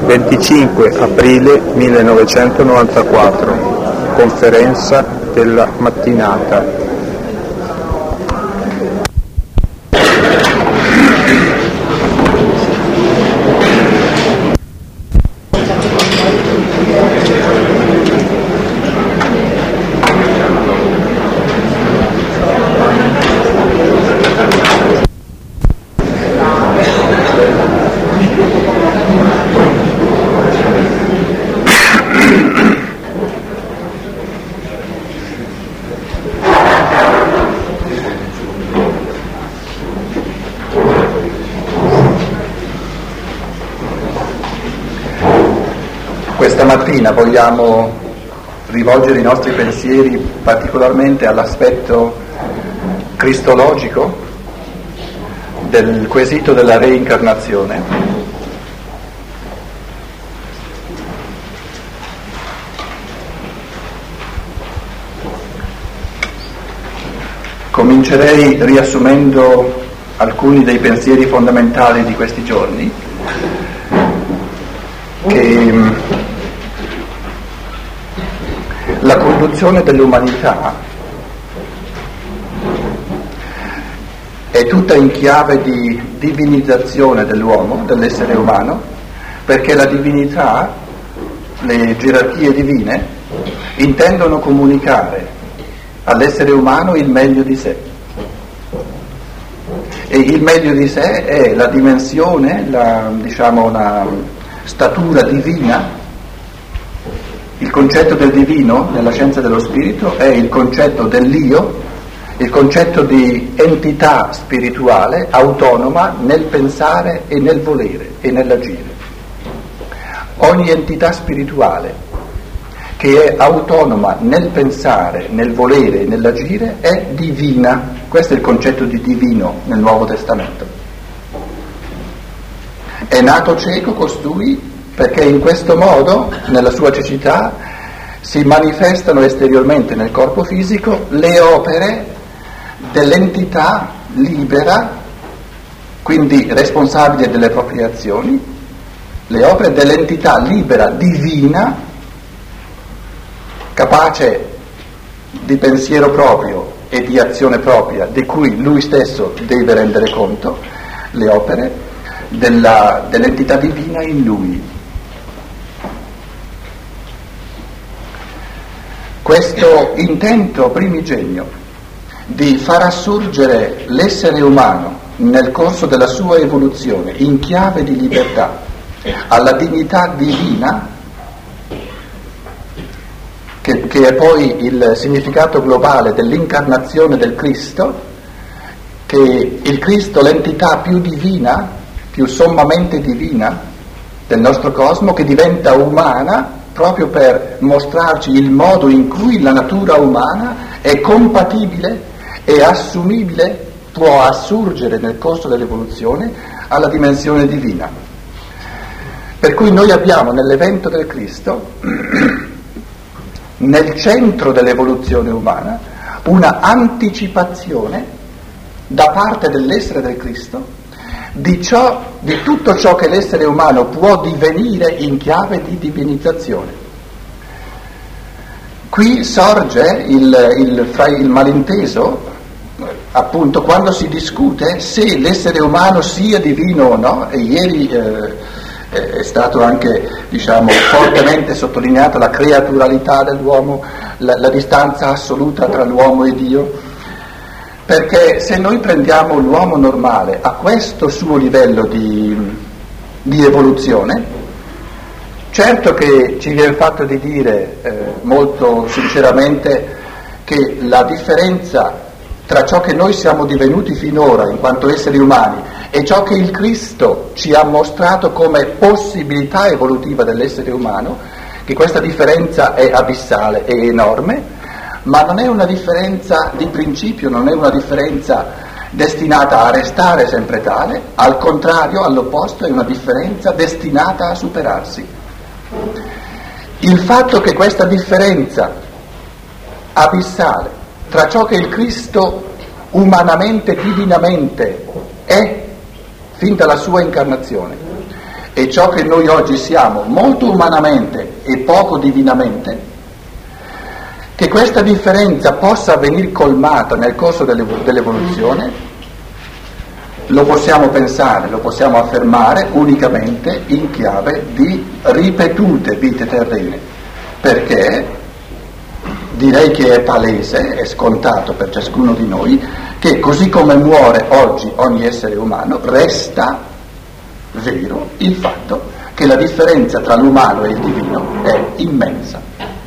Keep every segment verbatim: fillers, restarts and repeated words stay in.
venticinque aprile millenovecentonovantaquattro, conferenza della mattinata. Questa mattina vogliamo rivolgere i nostri pensieri particolarmente all'aspetto cristologico del quesito della reincarnazione. Comincerei riassumendo alcuni dei pensieri fondamentali di questi giorni, che la conduzione dell'umanità è tutta in chiave di divinizzazione dell'uomo, dell'essere umano, perché la divinità, le gerarchie divine, intendono comunicare all'essere umano il meglio di sé. E il meglio di sé è la dimensione, la, diciamo, la statura divina. Il concetto del divino nella scienza dello spirito è il concetto dell'io, il concetto di entità spirituale autonoma nel pensare e nel volere e nell'agire. Ogni entità spirituale che è autonoma nel pensare, nel volere e nell'agire è divina. Questo è il concetto di divino nel Nuovo Testamento. È nato cieco costui perché in questo modo, nella sua cecità, si manifestano esteriormente nel corpo fisico le opere dell'entità libera, quindi responsabile delle proprie azioni, le opere dell'entità libera divina, capace di pensiero proprio e di azione propria, di cui lui stesso deve rendere conto, le opere della, dell'entità divina in lui. Questo intento primigenio di far assurgere l'essere umano nel corso della sua evoluzione in chiave di libertà alla dignità divina, che, che è poi il significato globale dell'incarnazione del Cristo, che il Cristo, l'entità più divina, più sommamente divina del nostro cosmo, che diventa umana proprio per mostrarci il modo in cui la natura umana è compatibile e assumibile, può assurgere nel corso dell'evoluzione alla dimensione divina. Per cui noi abbiamo nell'evento del Cristo, nel centro dell'evoluzione umana, una anticipazione da parte dell'essere del Cristo di ciò, di tutto ciò che l'essere umano può divenire in chiave di divinizzazione. Qui sorge il, il, fra il malinteso, appunto, quando si discute se l'essere umano sia divino o no, e ieri eh, è stato anche, diciamo, fortemente sottolineata la creaturalità dell'uomo, la, la distanza assoluta tra l'uomo e Dio. Perché se noi prendiamo l'uomo normale a questo suo livello di, di evoluzione, certo che ci viene fatto di dire eh, molto sinceramente che la differenza tra ciò che noi siamo divenuti finora in quanto esseri umani e ciò che il Cristo ci ha mostrato come possibilità evolutiva dell'essere umano, che questa differenza è abissale, è enorme, ma non è una differenza di principio, non è una differenza destinata a restare sempre tale, al contrario, all'opposto, è una differenza destinata a superarsi. Il fatto che questa differenza abissale tra ciò che il Cristo umanamente, divinamente è fin dalla sua incarnazione e ciò che noi oggi siamo molto umanamente e poco divinamente, che questa differenza possa venire colmata nel corso dell'evoluzione, lo possiamo pensare, lo possiamo affermare unicamente in chiave di ripetute vite terrene, perché direi che è palese, è scontato per ciascuno di noi, che così come muore oggi ogni essere umano, resta vero il fatto che la differenza tra l'umano e il divino è immensa.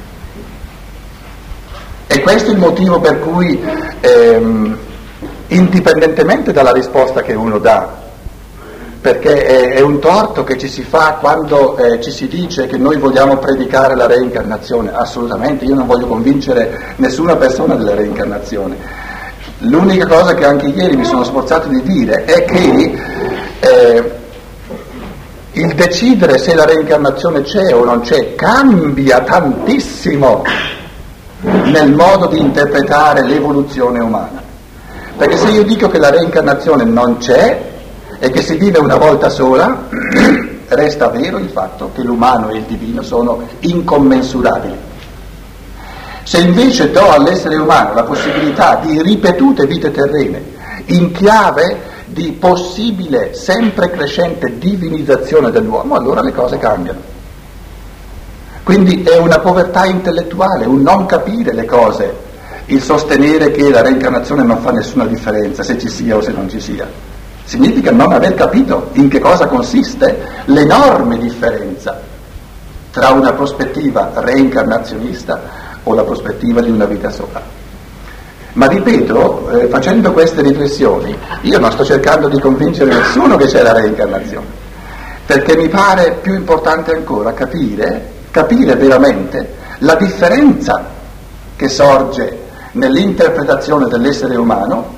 E questo è il motivo per cui ehm, indipendentemente dalla risposta che uno dà, perché è, è un torto che ci si fa quando eh, ci si dice che noi vogliamo predicare la reincarnazione. Assolutamente, io non voglio convincere nessuna persona della reincarnazione. L'unica cosa che anche ieri mi sono sforzato di dire è che eh, il decidere se la reincarnazione c'è o non c'è cambia tantissimo nel modo di interpretare l'evoluzione umana. Perché se io dico che la reincarnazione non c'è e che si vive una volta sola, resta vero il fatto che l'umano e il divino sono incommensurabili. Se invece do all'essere umano la possibilità di ripetute vite terrene in chiave di possibile sempre crescente divinizzazione dell'uomo, allora le cose cambiano. Quindi è una povertà intellettuale, un non capire le cose, il sostenere che la reincarnazione non fa nessuna differenza se ci sia o se non ci sia. Significa non aver capito in che cosa consiste l'enorme differenza tra una prospettiva reincarnazionista o la prospettiva di una vita sola. Ma ripeto, eh, facendo queste riflessioni, io non sto cercando di convincere nessuno che c'è la reincarnazione, perché mi pare più importante ancora capire, capire veramente la differenza che sorge nell'interpretazione dell'essere umano,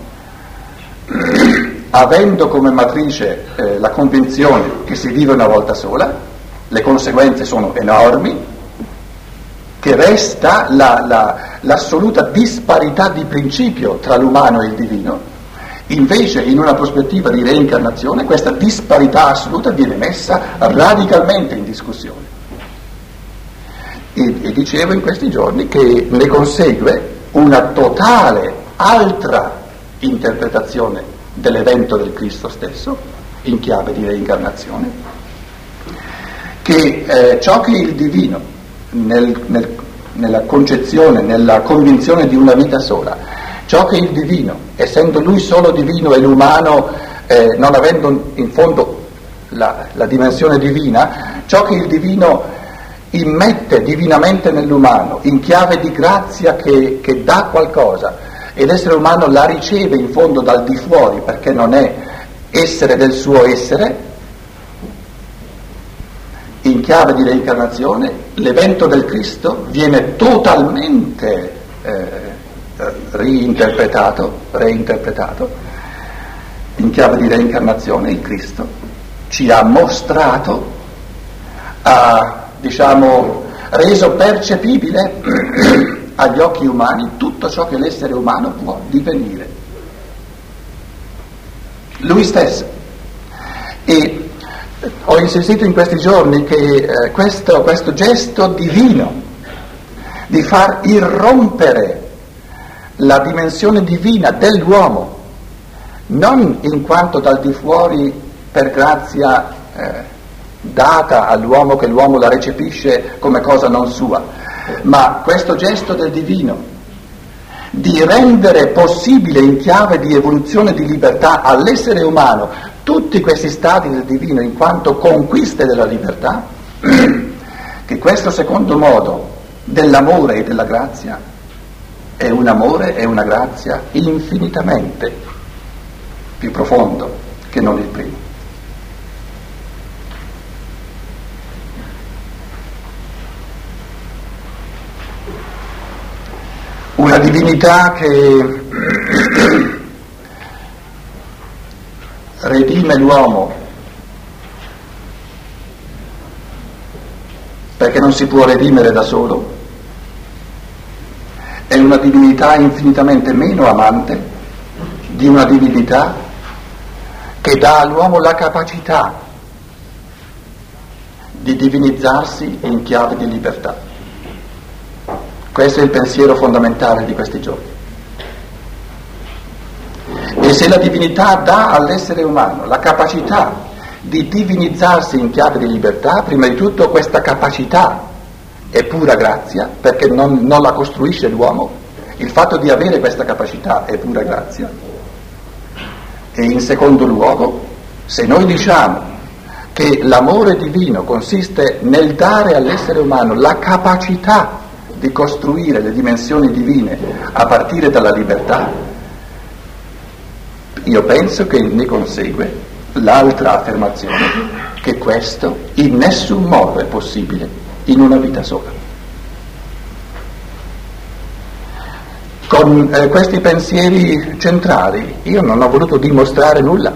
avendo come matrice eh, la convinzione che si vive una volta sola, le conseguenze sono enormi, che resta la, la, l'assoluta disparità di principio tra l'umano e il divino. Invece in una prospettiva di reincarnazione questa disparità assoluta viene messa radicalmente in discussione. E, e dicevo in questi giorni che ne consegue una totale altra interpretazione dell'evento del Cristo stesso, in chiave di reincarnazione, che eh, ciò che il divino, nel, nel, nella concezione, nella convinzione di una vita sola, ciò che il divino, essendo lui solo divino e l'umano eh, non avendo in fondo la, la dimensione divina, ciò che il divino immette divinamente nell'umano, in chiave di grazia che, che dà qualcosa, e l'essere umano la riceve in fondo dal di fuori perché non è essere del suo essere, in chiave di reincarnazione l'evento del Cristo viene totalmente eh, reinterpretato, reinterpretato. In chiave di reincarnazione il Cristo ci ha mostrato, ha diciamo reso percepibile agli occhi umani tutto ciò che l'essere umano può divenire, lui stesso. E ho insistito in questi giorni che eh, questo, questo gesto divino di far irrompere la dimensione divina dell'uomo, non in quanto dal di fuori per grazia eh, data all'uomo che l'uomo la recepisce come cosa non sua, ma questo gesto del divino di rendere possibile in chiave di evoluzione di libertà all'essere umano tutti questi stati del divino in quanto conquiste della libertà, che questo secondo modo dell'amore e della grazia è un amore e una grazia infinitamente più profondo che non il primo. Una divinità che redime l'uomo, perché non si può redimere da solo, è una divinità infinitamente meno amante di una divinità che dà all'uomo la capacità di divinizzarsi in chiave di libertà. Questo è il pensiero fondamentale di questi giorni. E se la divinità dà all'essere umano la capacità di divinizzarsi in chiave di libertà, prima di tutto questa capacità è pura grazia, perché non, non la costruisce l'uomo. Il fatto di avere questa capacità è pura grazia. E in secondo luogo, se noi diciamo che l'amore divino consiste nel dare all'essere umano la capacità di costruire le dimensioni divine a partire dalla libertà, io penso che ne consegue l'altra affermazione, che questo in nessun modo è possibile in una vita sola. Con eh, questi pensieri centrali io non ho voluto dimostrare nulla,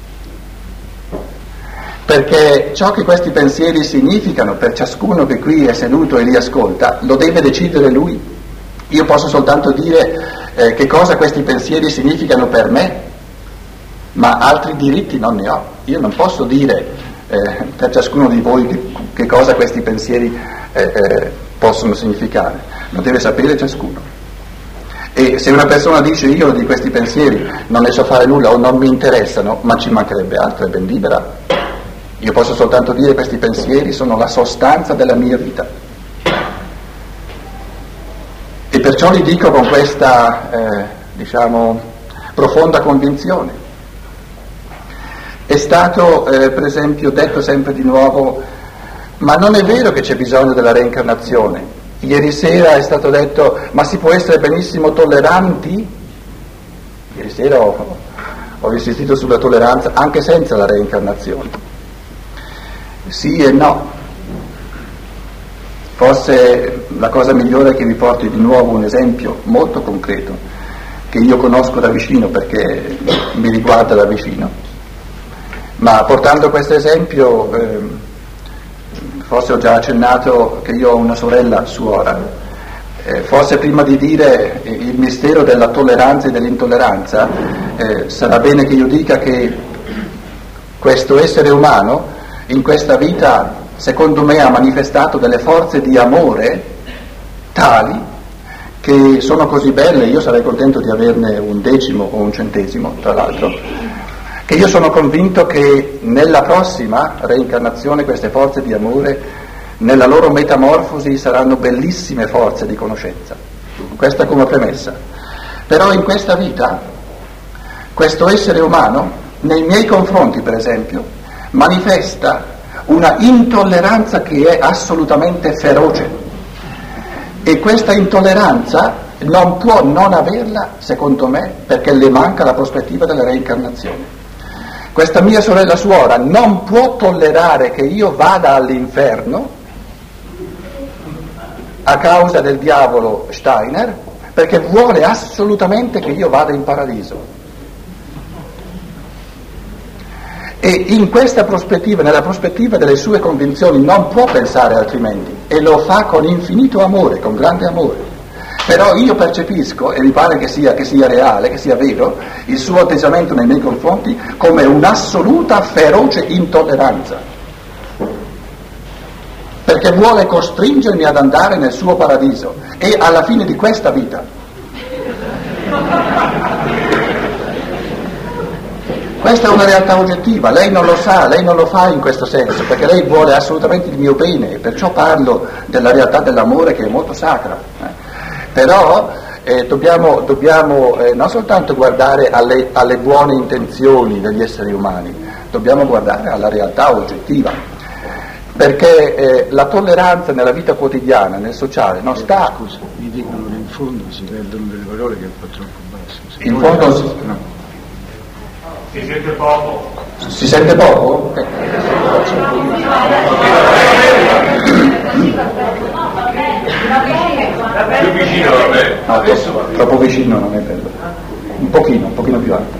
perché ciò che questi pensieri significano per ciascuno che qui è seduto e li ascolta lo deve decidere lui. Io posso soltanto dire eh, che cosa questi pensieri significano per me, ma altri diritti non ne ho. Io non posso dire eh, per ciascuno di voi che, che cosa questi pensieri eh, eh, possono significare, lo deve sapere ciascuno. E se una persona dice io di questi pensieri non ne so fare nulla o non mi interessano, ma ci mancherebbe altro, è ben libera. Io posso soltanto dire che questi pensieri sono la sostanza della mia vita. E perciò li dico con questa, eh, diciamo, profonda convinzione. È stato, eh, per esempio, detto sempre di nuovo, ma non è vero che c'è bisogno della reincarnazione. Ieri sera è stato detto, ma si può essere benissimo tolleranti? Ieri sera ho, ho insistito sulla tolleranza anche senza la reincarnazione. Sì e no. Forse la cosa migliore è che vi porti di nuovo un esempio molto concreto, che io conosco da vicino perché mi riguarda da vicino. Ma portando questo esempio, eh, forse ho già accennato che io ho una sorella suora, eh, forse prima di dire il mistero della tolleranza e dell'intolleranza, eh, sarà bene che io dica che questo essere umano in questa vita, secondo me, ha manifestato delle forze di amore tali che sono così belle, io sarei contento di averne un decimo o un centesimo, tra l'altro, che io sono convinto che nella prossima reincarnazione queste forze di amore, nella loro metamorfosi, saranno bellissime forze di conoscenza. Questa come premessa. Però in questa vita, questo essere umano, nei miei confronti per esempio, manifesta una intolleranza che è assolutamente feroce. E questa intolleranza non può non averla, secondo me, perché le manca la prospettiva della reincarnazione. Questa mia sorella suora non può tollerare che io vada all'inferno a causa del diavolo Steiner, perché vuole assolutamente che io vada in paradiso. E in questa prospettiva, nella prospettiva delle sue convinzioni, non può pensare altrimenti, e lo fa con infinito amore, con grande amore. Però io percepisco, e mi pare che sia, che sia reale, che sia vero, il suo atteggiamento nei miei confronti come un'assoluta feroce intolleranza, perché vuole costringermi ad andare nel suo paradiso, e alla fine di questa vita. Questa è una realtà oggettiva, lei non lo sa, lei non lo fa in questo senso, perché lei vuole assolutamente il mio bene, e perciò parlo della realtà dell'amore che è molto sacra. Eh. Però eh, dobbiamo, dobbiamo eh, non soltanto guardare alle, alle buone intenzioni degli esseri umani, dobbiamo guardare alla realtà oggettiva, perché eh, la tolleranza nella vita quotidiana, nel sociale, non sta... Scusa, mi dicono che in fondo si perdono delle parole che è un po' troppo basso. Se in fondo... Si... No. Si sente poco. Si sente poco? Eh. Più vicino va bene. No, troppo, troppo vicino non è bello. Un pochino, un pochino più alto.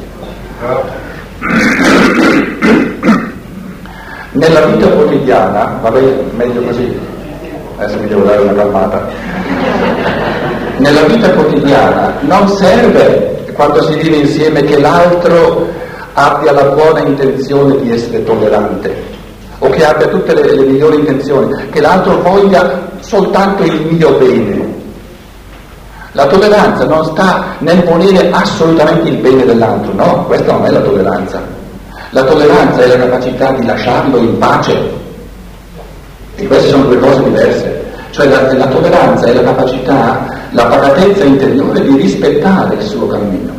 Nella vita quotidiana, va bene, meglio così, adesso mi devo dare una calmata. Nella vita quotidiana non serve, quando si vive insieme, che l'altro abbia la buona intenzione di essere tollerante o che che abbia tutte le, le migliori intenzioni, che l'altro voglia soltanto il mio bene. La tolleranza non sta nel volere assolutamente il bene dell'altro, no, questa non è la tolleranza. La tolleranza è la capacità di lasciarlo in pace, e queste sono due cose diverse. Cioè la, la tolleranza è la capacità, la pacatezza interiore di rispettare il suo cammino,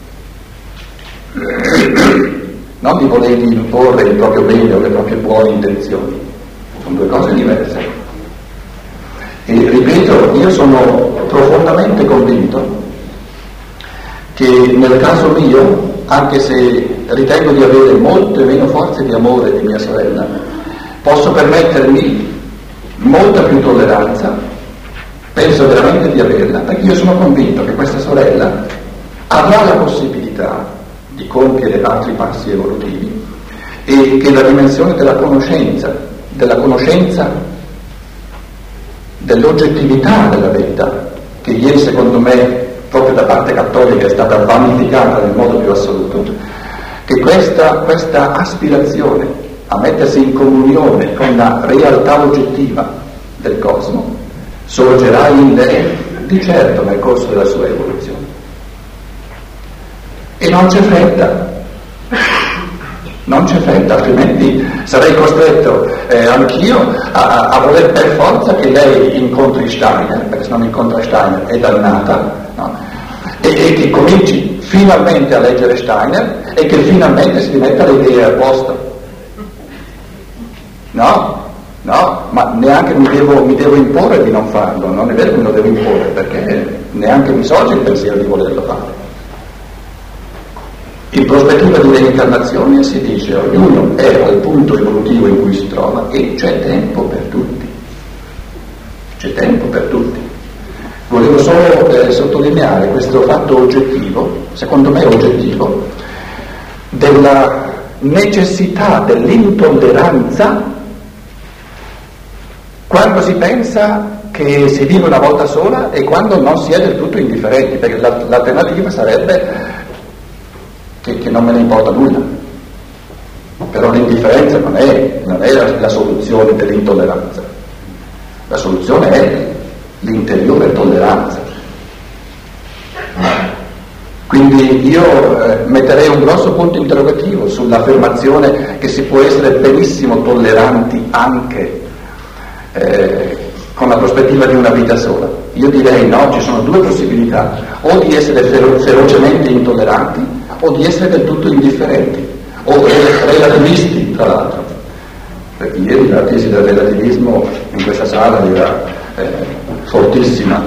non di volergli imporre il proprio bene o le proprie buone intenzioni. Sono due cose diverse. E ripeto, io sono profondamente convinto che nel caso mio, anche se ritengo di avere molte meno forze di amore di mia sorella, posso permettermi molta più tolleranza, penso veramente di averla, perché io sono convinto che questa sorella avrà la possibilità di compiere altri passi evolutivi e che la dimensione della conoscenza, della conoscenza dell'oggettività della verità, che ieri secondo me proprio da parte cattolica è stata vanificata nel modo più assoluto, che questa, questa aspirazione a mettersi in comunione con la realtà oggettiva del cosmo sorgerà in lei di certo nel corso della sua evoluzione. E non c'è fretta, non c'è fretta, altrimenti sarei costretto eh, anch'io a, a voler per forza che lei incontri Steiner, perché se non incontra Steiner è dannata, no? e, e che cominci finalmente a leggere Steiner e che finalmente si rimetta le idee a posto. No, no, ma neanche mi devo, mi devo imporre di non farlo, non è vero che me lo devo imporre, perché neanche mi sorge il pensiero di volerlo fare. In prospettiva di reincarnazione si dice ognuno è al punto evolutivo in cui si trova e c'è tempo per tutti, c'è tempo per tutti. Volevo solo eh, sottolineare questo fatto oggettivo, secondo me oggettivo, della necessità dell'intolleranza quando si pensa che si vive una volta sola e quando non si è del tutto indifferenti, perché l'alternativa sarebbe che, che non me ne importa nulla. Però l'indifferenza non è, non è la, la soluzione dell'intolleranza, la soluzione è l'interiore tolleranza. Quindi io eh, metterei un grosso punto interrogativo sull'affermazione che si può essere benissimo tolleranti anche Eh, con la prospettiva di una vita sola. Io direi no, ci sono due possibilità, o di essere fero- ferocemente intolleranti o di essere del tutto indifferenti o re- relativisti tra l'altro, perché ieri la tesi del relativismo in questa sala era eh, fortissima.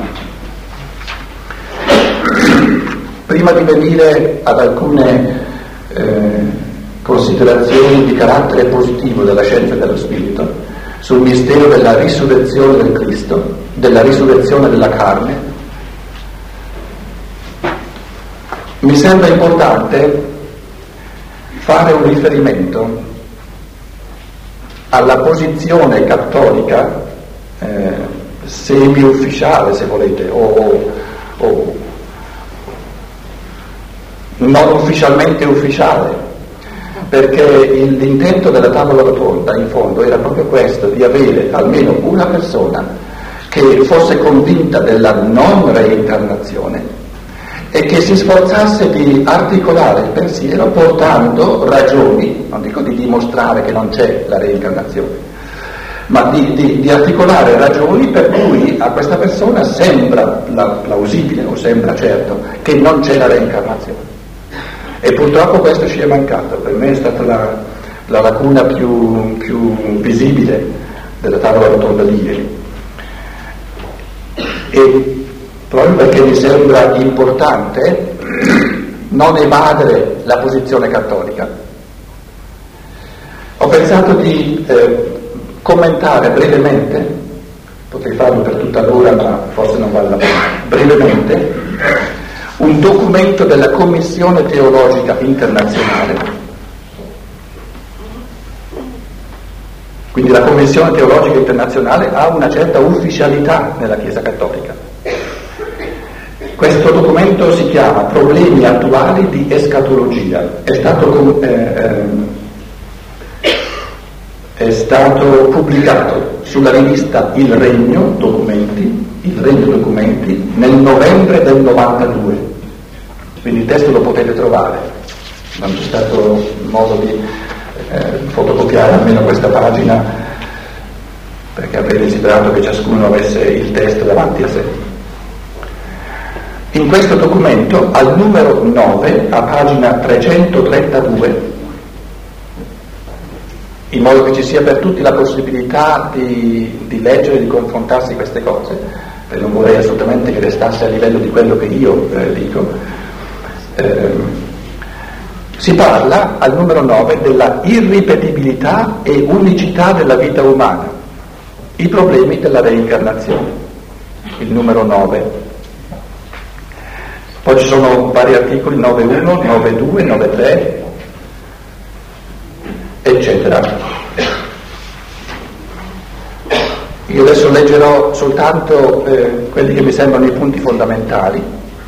Prima di venire ad alcune eh, considerazioni di carattere positivo della scienza dello spirito sul mistero della risurrezione del Cristo, della risurrezione della carne, mi sembra importante fare un riferimento alla posizione cattolica eh, semi-ufficiale, se volete, o, o non ufficialmente ufficiale, perché il, l'intento della tavola rotonda in fondo era proprio questo, di avere almeno una persona che fosse convinta della non reincarnazione e che si sforzasse di articolare il pensiero portando ragioni, non dico di dimostrare che non c'è la reincarnazione, ma di, di, di articolare ragioni per cui a questa persona sembra plausibile o sembra certo che non c'è la reincarnazione. E purtroppo questo ci è mancato, per me è stata la, la lacuna più, più visibile della tavola rotonda di ieri. E proprio perché mi sembra importante non evadere la posizione cattolica, ho pensato di eh, commentare brevemente, potrei farlo per tutta l'ora ma forse non vale la pena, brevemente, un documento della Commissione Teologica Internazionale. Quindi la Commissione Teologica Internazionale ha una certa ufficialità nella Chiesa Cattolica. Questo documento si chiama Problemi attuali di escatologia. È stato, eh, è stato pubblicato sulla rivista Il Regno Documenti, Il Regno Documenti nel novembre del novantadue, quindi il testo lo potete trovare, non c'è stato modo di eh, fotocopiare almeno questa pagina perché avrei desiderato che ciascuno avesse il testo davanti a sé. In questo documento, al numero nove, a pagina trecentotrentadue, in modo che ci sia per tutti la possibilità di, di leggere e di confrontarsi queste cose, perché non vorrei assolutamente che restasse a livello di quello che io eh, dico, eh, si parla al numero nove della irripetibilità e unicità della vita umana, i problemi della reincarnazione, il numero nove. Poi ci sono vari articoli, nove uno, nove due, nove tre, eccetera. Io adesso leggerò soltanto eh, quelli che mi sembrano i punti fondamentali.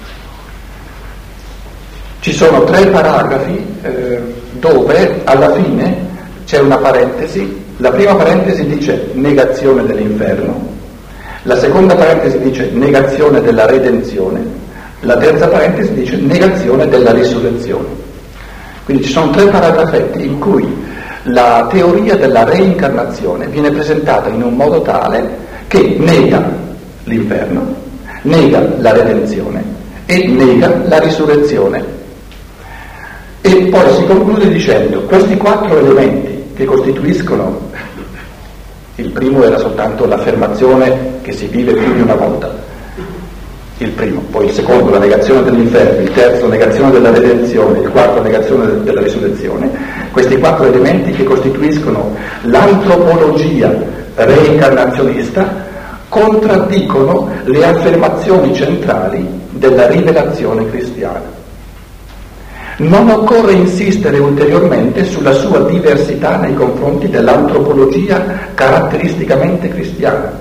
Ci sono tre paragrafi eh, dove alla fine c'è una parentesi. La prima parentesi dice negazione dell'inferno, la seconda parentesi dice negazione della redenzione, la terza parentesi dice negazione della risurrezione. Quindi ci sono tre paragrafetti in cui la teoria della reincarnazione viene presentata in un modo tale che nega l'inferno, nega la redenzione e nega la risurrezione. E poi si conclude dicendo: questi quattro elementi che costituiscono, il primo era soltanto l'affermazione che si vive più di una volta, il primo, poi il secondo la negazione dell'inferno, il terzo la negazione della redenzione, il quarto la negazione della risurrezione. Questi quattro elementi che costituiscono l'antropologia reincarnazionista contraddicono le affermazioni centrali della rivelazione cristiana. Non occorre insistere ulteriormente sulla sua diversità nei confronti dell'antropologia caratteristicamente cristiana.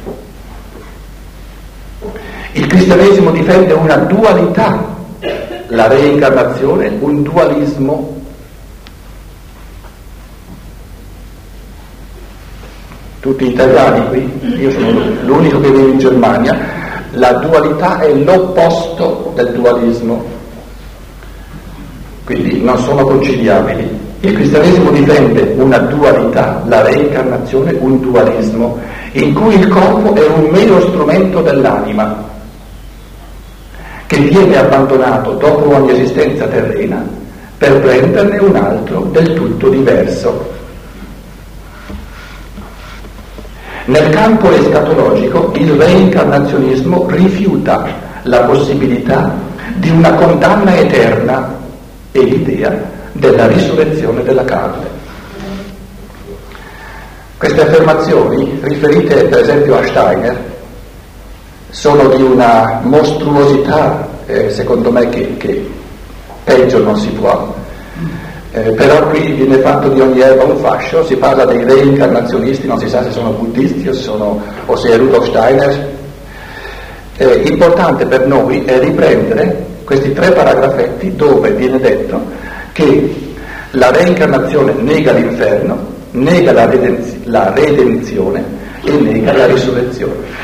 Il cristianesimo difende una dualità, la reincarnazione, un dualismo. Tutti italiani qui, io sono l'unico che vive in Germania, la dualità è l'opposto del dualismo, quindi non sono conciliabili. Il cristianesimo difende una dualità, la reincarnazione, un dualismo, in cui il corpo è un mero strumento dell'anima, che viene abbandonato dopo ogni esistenza terrena per prenderne un altro del tutto diverso. Nel campo escatologico il reincarnazionismo rifiuta la possibilità di una condanna eterna e l'idea della risurrezione della carne. Queste affermazioni, riferite per esempio a Steiner, sono di una mostruosità, eh, secondo me, che, che peggio non si può, eh, però qui viene fatto di ogni erba un fascio, si parla dei reincarnazionisti, non si sa se sono buddisti o, sono, o se è Rudolf Steiner. Eh, importante per noi è riprendere questi tre paragrafetti dove viene detto che la reincarnazione nega l'inferno, nega la, redenzi- la redenzione e nega la risurrezione.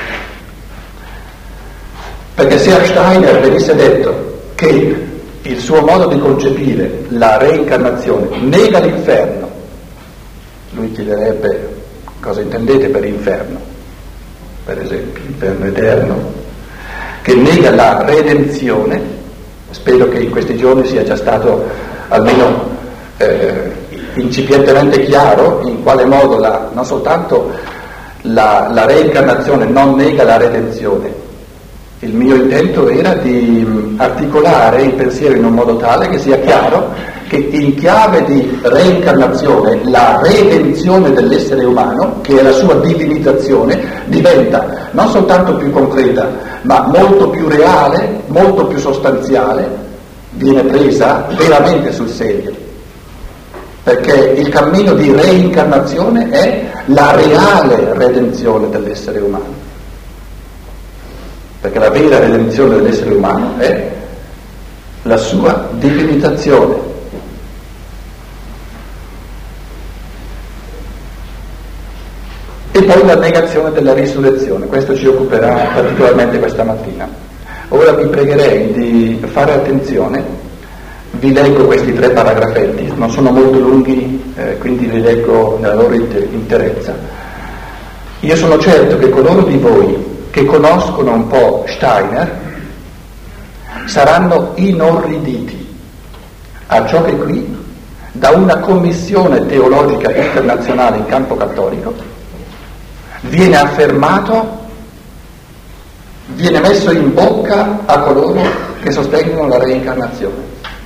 Perché se a Steiner venisse detto che il suo modo di concepire la reincarnazione nega l'inferno, lui chiederebbe cosa intendete per inferno, per esempio, inferno eterno, che nega la redenzione. Spero che in questi giorni sia già stato almeno eh, incipientemente chiaro in quale modo la, non soltanto la, la reincarnazione non nega la redenzione. Il mio intento era di articolare il pensiero in un modo tale che sia chiaro che in chiave di reincarnazione la redenzione dell'essere umano, che è la sua divinizzazione, diventa non soltanto più concreta, ma molto più reale, molto più sostanziale, viene presa veramente sul serio. Perché il cammino di reincarnazione è la reale redenzione dell'essere umano. Perché la vera redenzione dell'essere umano è la sua divinizzazione. poi la negazione della risurrezione, questo ci occuperà particolarmente questa mattina. Ora vi pregherei di fare attenzione, vi leggo questi tre paragrafetti, non sono molto lunghi, eh, quindi li leggo nella loro interezza. Io sono certo che coloro di voi che conoscono un po' Steiner saranno inorriditi a ciò che qui, da una commissione teologica internazionale in campo cattolico, viene affermato, viene messo in bocca a coloro che sostengono la reincarnazione.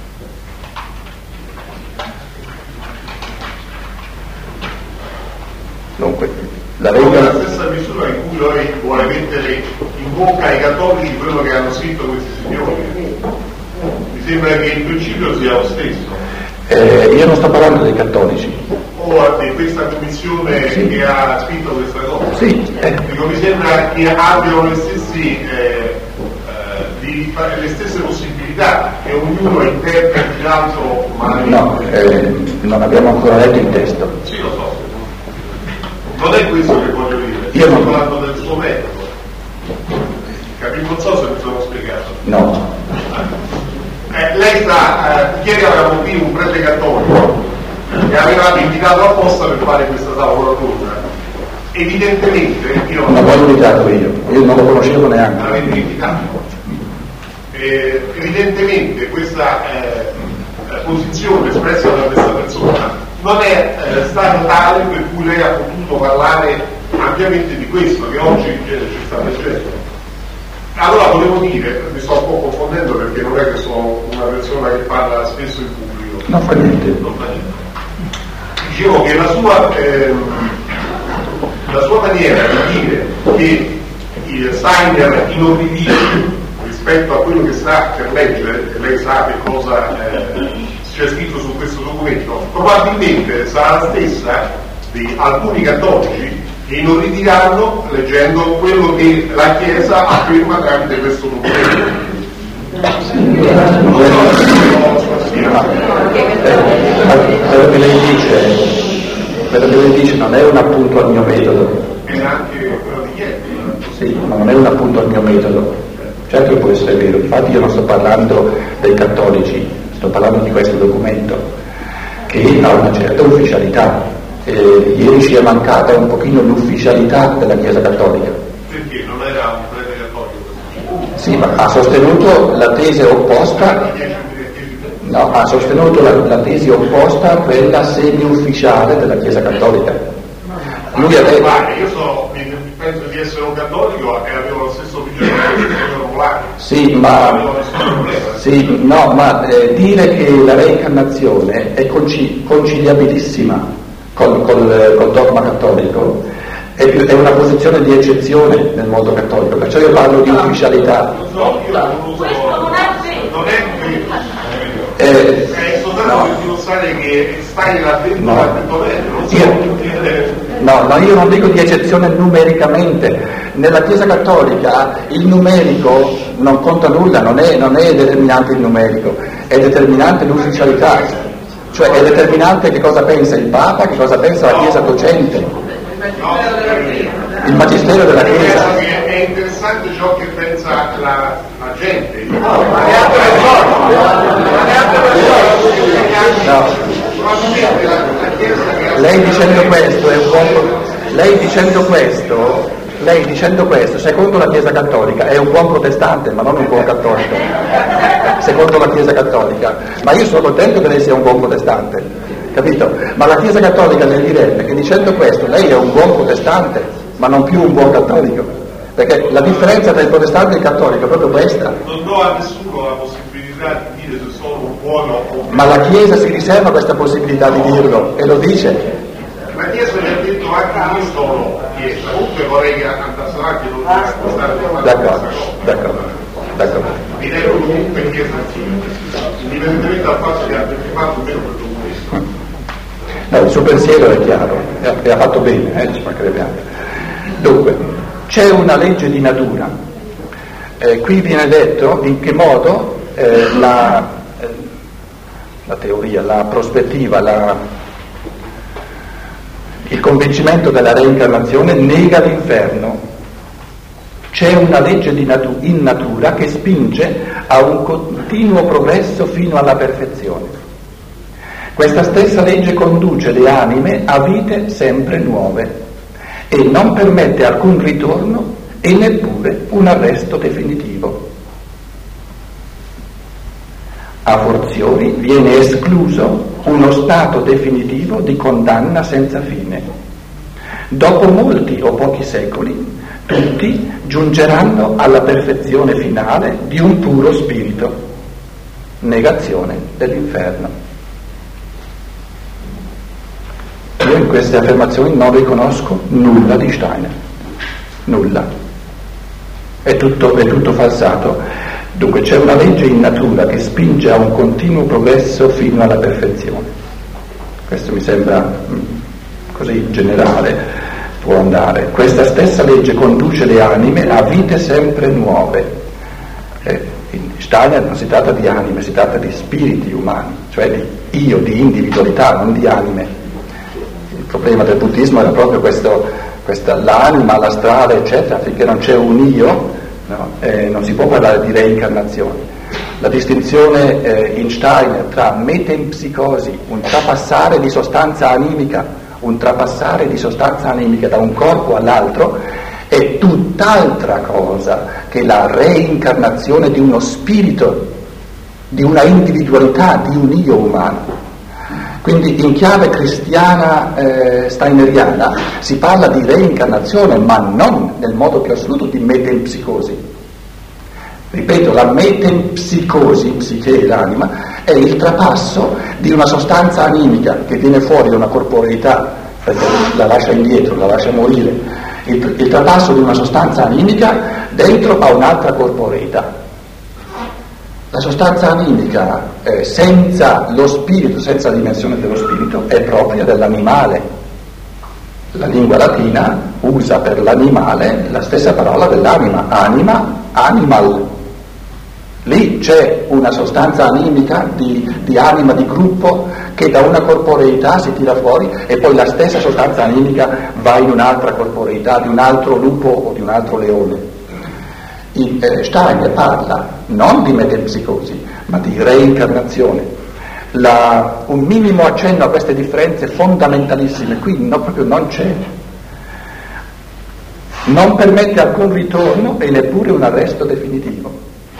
Dunque, la reincarnazione... la stessa misura in cui lei vuole mettere in bocca ai cattolici quello che hanno scritto questi signori. Mi sembra che il principio sia lo stesso. Eh, io non sto parlando dei cattolici. O di questa commissione sì. che ha scritto questa cosa. Sì. Eh. Dico, mi sembra che abbiano le, stessi, eh, eh, di, le stesse possibilità, che ognuno interpreti l'altro, ma... No, eh, non abbiamo ancora letto il testo. Sì, lo so. Non è questo che voglio dire. Io sto non... parlando del suo metodo. Capito? Non so se mi sono spiegato. No. Eh, lei sa, eh, ieri avevamo qui un prete cattolico che avevamo invitato apposta per fare questa tavola rotonda. Evidentemente io non l'ho invitato io, io non lo conoscevo neanche. L'avete invitato. Eh, evidentemente questa eh, posizione espressa da questa persona non è eh, stata tale per cui lei ha potuto parlare ampiamente di questo che oggi eh, ci sta leggendo. Allora volevo dire, mi sto un po' confondendo perché non è che sono una persona che parla spesso in pubblico. Non fa niente. Non fa niente. Dicevo che la sua, eh, la sua maniera di dire che il Steiner inorridisce rispetto a quello che sta per leggere, e lei sa che cosa eh, c'è scritto su questo documento, probabilmente sarà la stessa di alcuni cattolici che inorridiranno leggendo quello che la Chiesa afferma tramite questo documento. Quello che lei dice, quello che lei dice non è un appunto al mio metodo. E anche quello di ieri. Sì, ma non è un appunto al mio metodo. Certo che può essere vero, infatti io non sto parlando dei cattolici, sto parlando di questo documento che ha una certa ufficialità. Eh, ieri ci è mancata un pochino l'ufficialità della Chiesa Cattolica. Perché non era un prete cattolico? Sì, ma ha sostenuto la tesi opposta, no, ha sostenuto la, la tesi opposta a quella semi-ufficiale della Chiesa Cattolica. Lui aveva... Io so, penso di essere un cattolico e avevo lo stesso opinione del signor Molari. Sì, ma, sì, no, ma eh, dire che la reincarnazione è conci- conciliabilissima Col, col, col dogma cattolico è, è una posizione di eccezione nel mondo cattolico, perciò io parlo di ufficialità. No, io non lo so, non è che eh, è soltanto no. per dimostrare che stai là dentro no. a tutto bene, non so io, no, no, io non dico di eccezione numericamente. Nella Chiesa Cattolica il numerico non conta nulla, non è, non è determinante il numerico, è determinante l'ufficialità. Cioè è determinante che cosa pensa il Papa, che cosa pensa la Chiesa docente, il Magistero della Chiesa. È interessante ciò che pensa la, la gente. No. Lei dicendo questo è un buon lei dicendo questo lei dicendo questo secondo la Chiesa Cattolica è un buon protestante, ma non un buon cattolico, secondo la Chiesa Cattolica. Ma io sono contento che lei sia un buon protestante, capito? Ma la Chiesa Cattolica le direbbe che dicendo questo lei è un buon protestante, ma non più un buon cattolico, perché la differenza tra il protestante e il cattolico è proprio questa. Non do a nessuno la possibilità di dire se sono un buono o un... Ma la Chiesa si riserva questa possibilità di dirlo e lo dice. La Chiesa mi ha detto anche io sono Chiesa, comunque vorrei che andasse avanti non stare d'accordo, d'accordo, d'accordo. Mi devo comunque Chiesa indipendentemente dal fatto che abbia firmato meno quel documento. No, il suo pensiero è chiaro e ha, e ha fatto bene, eh, ci mancherebbe altro. Dunque, c'è una legge di natura. Eh, qui viene detto in che modo eh, la, eh, la teoria, la prospettiva, la Il convincimento della reincarnazione nega l'inferno. C'è una legge di natu- in natura che spinge a un continuo progresso fino alla perfezione. Questa stessa legge conduce le anime a vite sempre nuove e non permette alcun ritorno e neppure un arresto definitivo. A forziori viene escluso uno stato definitivo di condanna senza fine. Dopo molti o pochi secoli, tutti giungeranno alla perfezione finale di un puro spirito. Negazione dell'inferno. Io in queste affermazioni non riconosco nulla di Steiner. Nulla. È tutto, è tutto falsato. Dunque c'è una legge in natura che spinge a un continuo progresso fino alla perfezione. Questo mi sembra mh, così generale, può andare. Questa stessa legge conduce le anime a vite sempre nuove. Eh, in Steiner non si tratta di anime, si tratta di spiriti umani, cioè di io, di individualità, non di anime. Il problema del buddismo era proprio questo, questa, l'anima, l'astrale, eccetera, finché non c'è un io. No, eh, non si può parlare di reincarnazione. La distinzione eh, in Steiner tra metempsicosi, un trapassare di sostanza animica, un trapassare di sostanza animica da un corpo all'altro, è tutt'altra cosa che la reincarnazione di uno spirito, di una individualità, di un io umano. Quindi in chiave cristiana eh, steineriana si parla di reincarnazione, ma non nel modo più assoluto di metempsicosi. Ripeto, la metempsicosi, psiche e l'anima, è il trapasso di una sostanza animica che viene fuori da una corporeità, la lascia indietro, la lascia morire, il, il trapasso di una sostanza animica dentro a un'altra corporeità. La sostanza animica eh, senza lo spirito, senza la dimensione dello spirito, è propria dell'animale. La lingua latina usa per l'animale la stessa parola dell'anima, anima, animal. Lì c'è una sostanza animica di, di anima, di gruppo, che da una corporeità si tira fuori e poi la stessa sostanza animica va in un'altra corporeità, di un altro lupo o di un altro leone. In, eh, Steiner parla non di metempsicosi, ma di reincarnazione. La, un minimo accenno a queste differenze fondamentalissime qui no, proprio non c'è. Non permette alcun ritorno e neppure un arresto definitivo.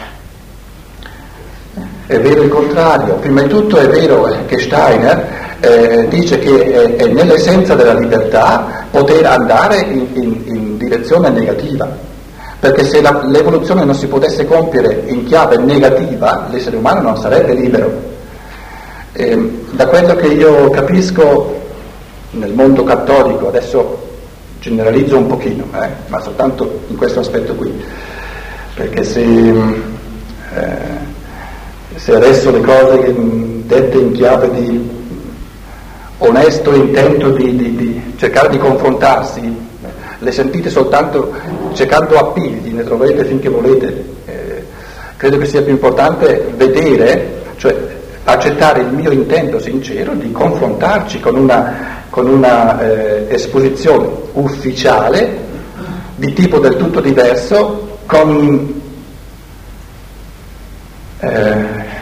È vero il contrario. Prima di tutto è vero che Steiner eh, dice che è, è nell'essenza della libertà poter andare in, in, in direzione negativa. Perché se la, l'evoluzione non si potesse compiere in chiave negativa, l'essere umano non sarebbe libero. E, da quello che io capisco nel mondo cattolico, adesso generalizzo un pochino, eh, ma soltanto in questo aspetto qui, perché se, eh, se adesso le cose dette in chiave di onesto intento di, di, di cercare di confrontarsi, le sentite soltanto cercando appigli, ne troverete finché volete. Eh, credo che sia più importante vedere, cioè accettare il mio intento sincero di confrontarci con una, con una eh, esposizione ufficiale di tipo del tutto diverso, con, eh,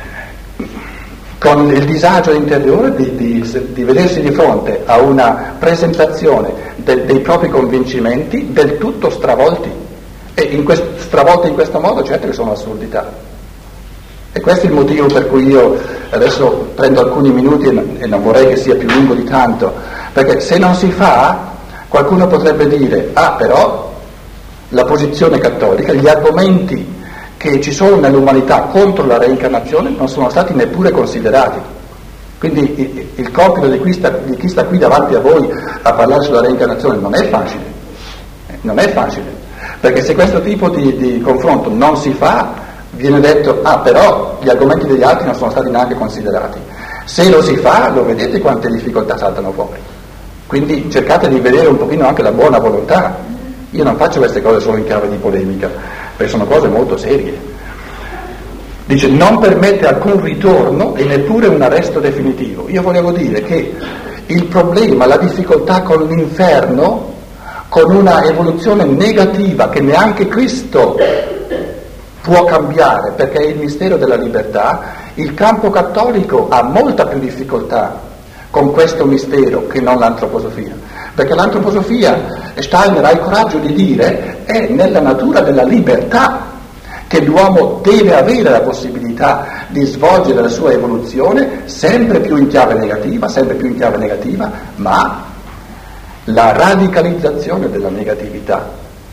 con il disagio interiore di, di, di vedersi di fronte a una presentazione de, dei propri convincimenti del tutto stravolti, e in quest, stravolti in questo modo certo che sono assurdità. E questo è il motivo per cui io adesso prendo alcuni minuti e, e non vorrei che sia più lungo di tanto, perché se non si fa, qualcuno potrebbe dire: ah, però la posizione cattolica, gli argomenti che ci sono nell'umanità contro la reincarnazione non sono stati neppure considerati. Quindi il, il compito di chi, sta, di chi sta qui davanti a voi a parlare sulla reincarnazione non è facile, non è facile, perché se questo tipo di, di confronto non si fa, viene detto: ah, però gli argomenti degli altri non sono stati neanche considerati. Se lo si fa, lo vedete quante difficoltà saltano fuori. Quindi cercate di vedere un pochino anche la buona volontà. Io non faccio queste cose solo in chiave di polemica, perché sono cose molto serie. Dice: non permette alcun ritorno e neppure un arresto definitivo. Io volevo dire che il problema, la difficoltà con l'inferno, con una evoluzione negativa che neanche Cristo può cambiare, perché è il mistero della libertà, il campo cattolico ha molta più difficoltà con questo mistero che non l'antroposofia, perché l'antroposofia, Steiner ha il coraggio di dire, è nella natura della libertà che l'uomo deve avere la possibilità di svolgere la sua evoluzione sempre più in chiave negativa, sempre più in chiave negativa, ma la radicalizzazione della negatività,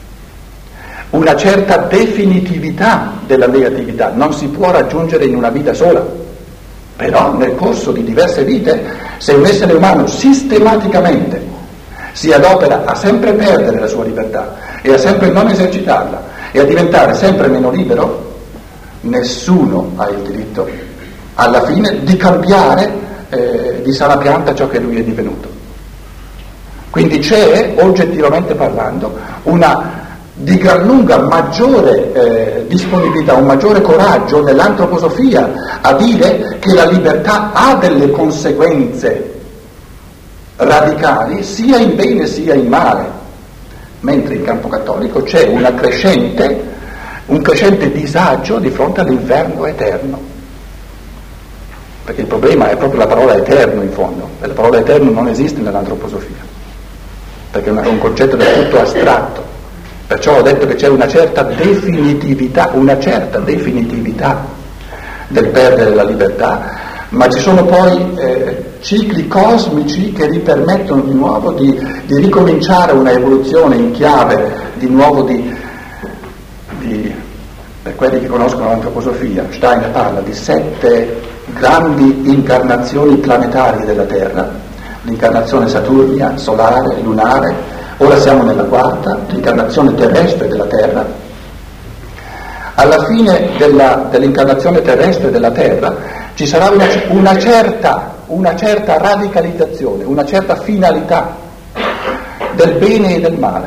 una certa definitività della negatività non si può raggiungere in una vita sola, però nel corso di diverse vite, se un essere umano sistematicamente si adopera a sempre perdere la sua libertà e a sempre non esercitarla e a diventare sempre meno libero, nessuno ha il diritto alla fine di cambiare eh, di sana pianta ciò che lui è divenuto. Quindi c'è, oggettivamente parlando, una di gran lunga maggiore eh, disponibilità, un maggiore coraggio nell'antroposofia a dire che la libertà ha delle conseguenze radicali sia in bene sia in male, mentre in campo cattolico c'è una crescente, un crescente disagio di fronte all'inferno eterno, perché il problema è proprio la parola eterno in fondo, e la parola eterno non esiste nell'antroposofia, perché è un concetto del tutto astratto. Perciò ho detto che c'è una certa definitività, una certa definitività del perdere la libertà, ma ci sono poi eh, cicli cosmici che gli permettono di nuovo di, di ricominciare una evoluzione in chiave di nuovo di, di per quelli che conoscono l'antroposofia, Steiner parla di sette grandi incarnazioni planetarie della Terra, l'incarnazione saturnia, solare, lunare. Ora siamo nella quarta, l'incarnazione terrestre della Terra. Alla fine della, dell'incarnazione terrestre della Terra ci sarà una, una, certa, una certa radicalizzazione, una certa finalità del bene e del male.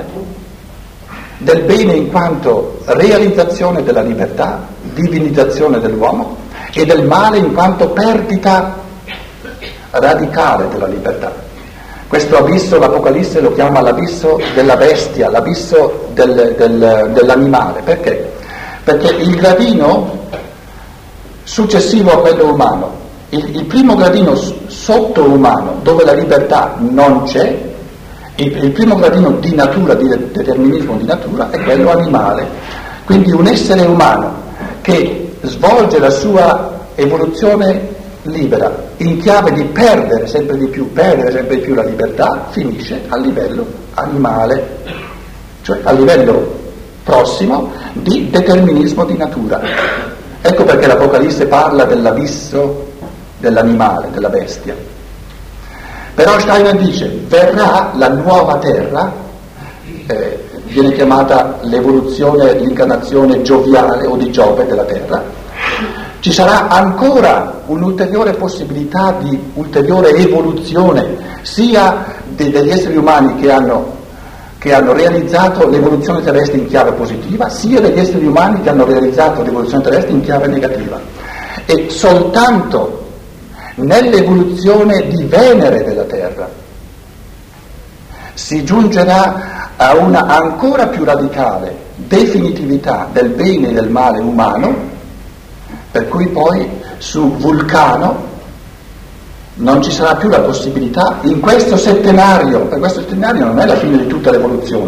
Del bene in quanto realizzazione della libertà, divinizzazione dell'uomo, e del male in quanto perdita radicale della libertà. Questo abisso l'Apocalisse lo chiama l'abisso della bestia, l'abisso del, del, dell'animale. Perché? Perché il gradino successivo a quello umano, il, il primo gradino sottoumano, dove la libertà non c'è, il, il primo gradino di natura, di determinismo di natura, è quello animale. Quindi un essere umano che svolge la sua evoluzione libera in chiave di perdere sempre di più, perdere sempre di più la libertà, finisce a livello animale, cioè a livello prossimo di determinismo di natura. Ecco perché l'Apocalisse parla dell'abisso dell'animale, della bestia. Però Steiner dice, verrà la nuova terra, eh, viene chiamata l'evoluzione, l'incarnazione gioviale o di Giove della terra. Ci sarà ancora un'ulteriore possibilità di ulteriore evoluzione, sia de- degli esseri umani che hanno, che hanno realizzato l'evoluzione terrestre in chiave positiva, sia degli esseri umani che hanno realizzato l'evoluzione terrestre in chiave negativa. E soltanto nell'evoluzione di Venere della Terra si giungerà a una ancora più radicale definitività del bene e del male umano, per cui poi su Vulcano non ci sarà più la possibilità, in questo settenario, per questo settenario non è la fine di tutta l'evoluzione.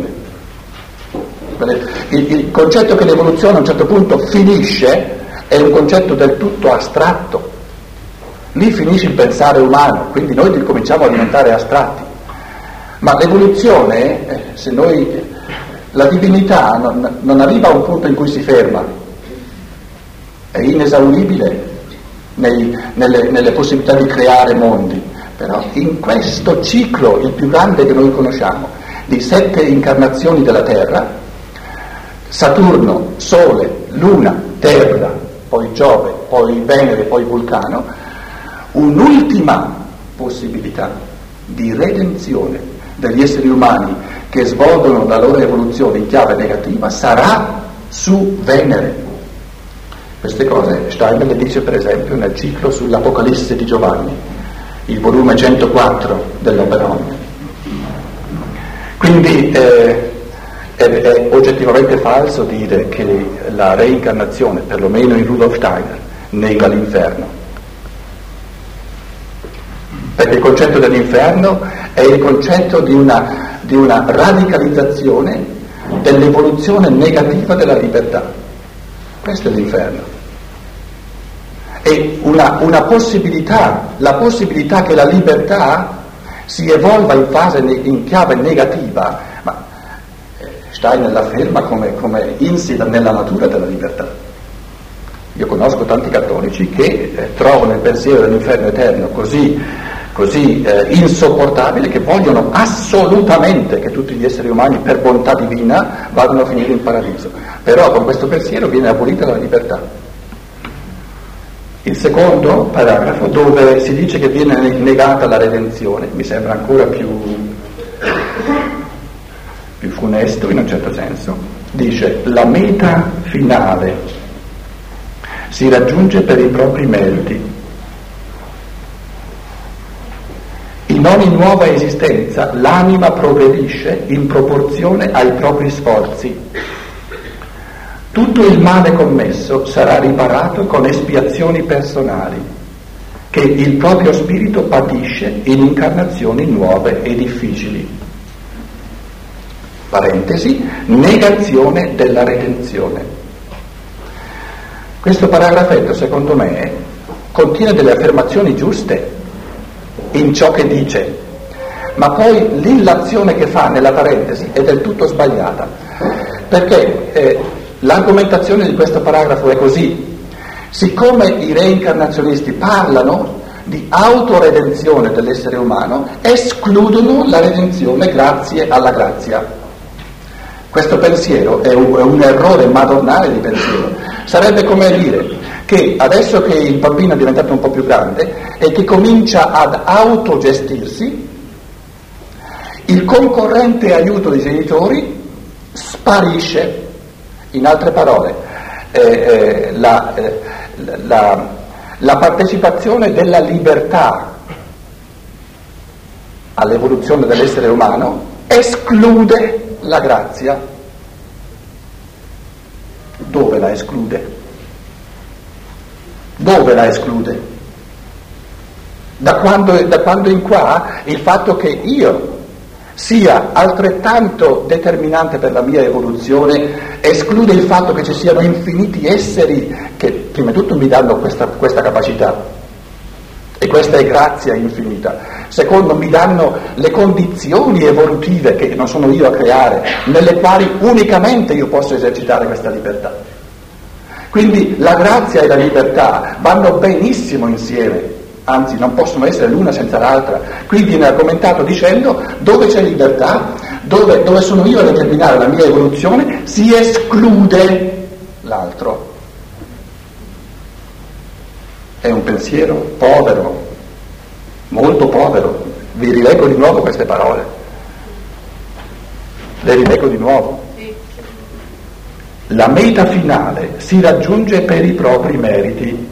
Il, il concetto che l'evoluzione a un certo punto finisce è un concetto del tutto astratto. Lì finisce il pensare umano, quindi noi ricominciamo a diventare astratti. Ma l'evoluzione, eh, se noi, la divinità non, non arriva a un punto in cui si ferma, è inesauribile nei, nelle, nelle possibilità di creare mondi, però in questo ciclo, il più grande che noi conosciamo, di sette incarnazioni della Terra, Saturno, Sole, Luna, Terra, poi Giove, poi Venere, poi Vulcano, un'ultima possibilità di redenzione degli esseri umani che svolgono la loro evoluzione in chiave negativa sarà su Venere. Queste cose Steiner le dice per esempio nel ciclo sull'Apocalisse di Giovanni, il volume centoquattro dell'Opera Omnia. Quindi eh, è, è oggettivamente falso dire che la reincarnazione, perlomeno in Rudolf Steiner, nega l'inferno, perché il concetto dell'inferno è il concetto di una, di una radicalizzazione dell'evoluzione negativa della libertà. Questo è l'inferno. E una, una possibilità, la possibilità che la libertà si evolva in fase, in chiave negativa, ma Steiner l'afferma come, come insita nella natura della libertà. Io conosco tanti cattolici che eh, trovano il pensiero dell'inferno eterno così, così eh, insopportabile che vogliono assolutamente che tutti gli esseri umani per bontà divina vadano a finire in paradiso. Però con questo pensiero viene abolita la libertà. Il secondo paragrafo, dove si dice che viene negata la redenzione, mi sembra ancora più, più funesto in un certo senso, dice: la meta finale si raggiunge per i propri meriti. In ogni nuova esistenza l'anima progredisce in proporzione ai propri sforzi. Tutto il male commesso sarà riparato con espiazioni personali, che il proprio spirito patisce in incarnazioni nuove e difficili. Parentesi, negazione della redenzione. Questo paragrafetto, secondo me, contiene delle affermazioni giuste in ciò che dice, ma poi l'illazione che fa nella parentesi è del tutto sbagliata, perché eh, l'argomentazione di questo paragrafo è così: siccome i reincarnazionisti parlano di autoredenzione dell'essere umano, escludono la redenzione grazie alla grazia. Questo pensiero è un, è un errore madornale di pensiero. Sarebbe come dire che adesso che il bambino è diventato un po' più grande e che comincia ad autogestirsi, il concorrente aiuto dei genitori sparisce. In altre parole, eh, eh, la, eh, la, la partecipazione della libertà all'evoluzione dell'essere umano esclude la grazia. Dove la esclude? Dove la esclude? Da quando, da quando in qua il fatto che io sia altrettanto determinante per la mia evoluzione esclude il fatto che ci siano infiniti esseri che prima di tutto mi danno questa, questa capacità, e questa è grazia infinita. Secondo, mi danno le condizioni evolutive che non sono io a creare, nelle quali unicamente io posso esercitare questa libertà. Quindi la grazia e la libertà vanno benissimo insieme, anzi non possono essere l'una senza l'altra. Qui viene argomentato dicendo: dove c'è libertà, dove, dove sono io a determinare la mia evoluzione, si esclude l'altro. È un pensiero povero, molto povero. Vi rileggo di nuovo queste parole, le rileggo di nuovo. La meta finale si raggiunge per i propri meriti.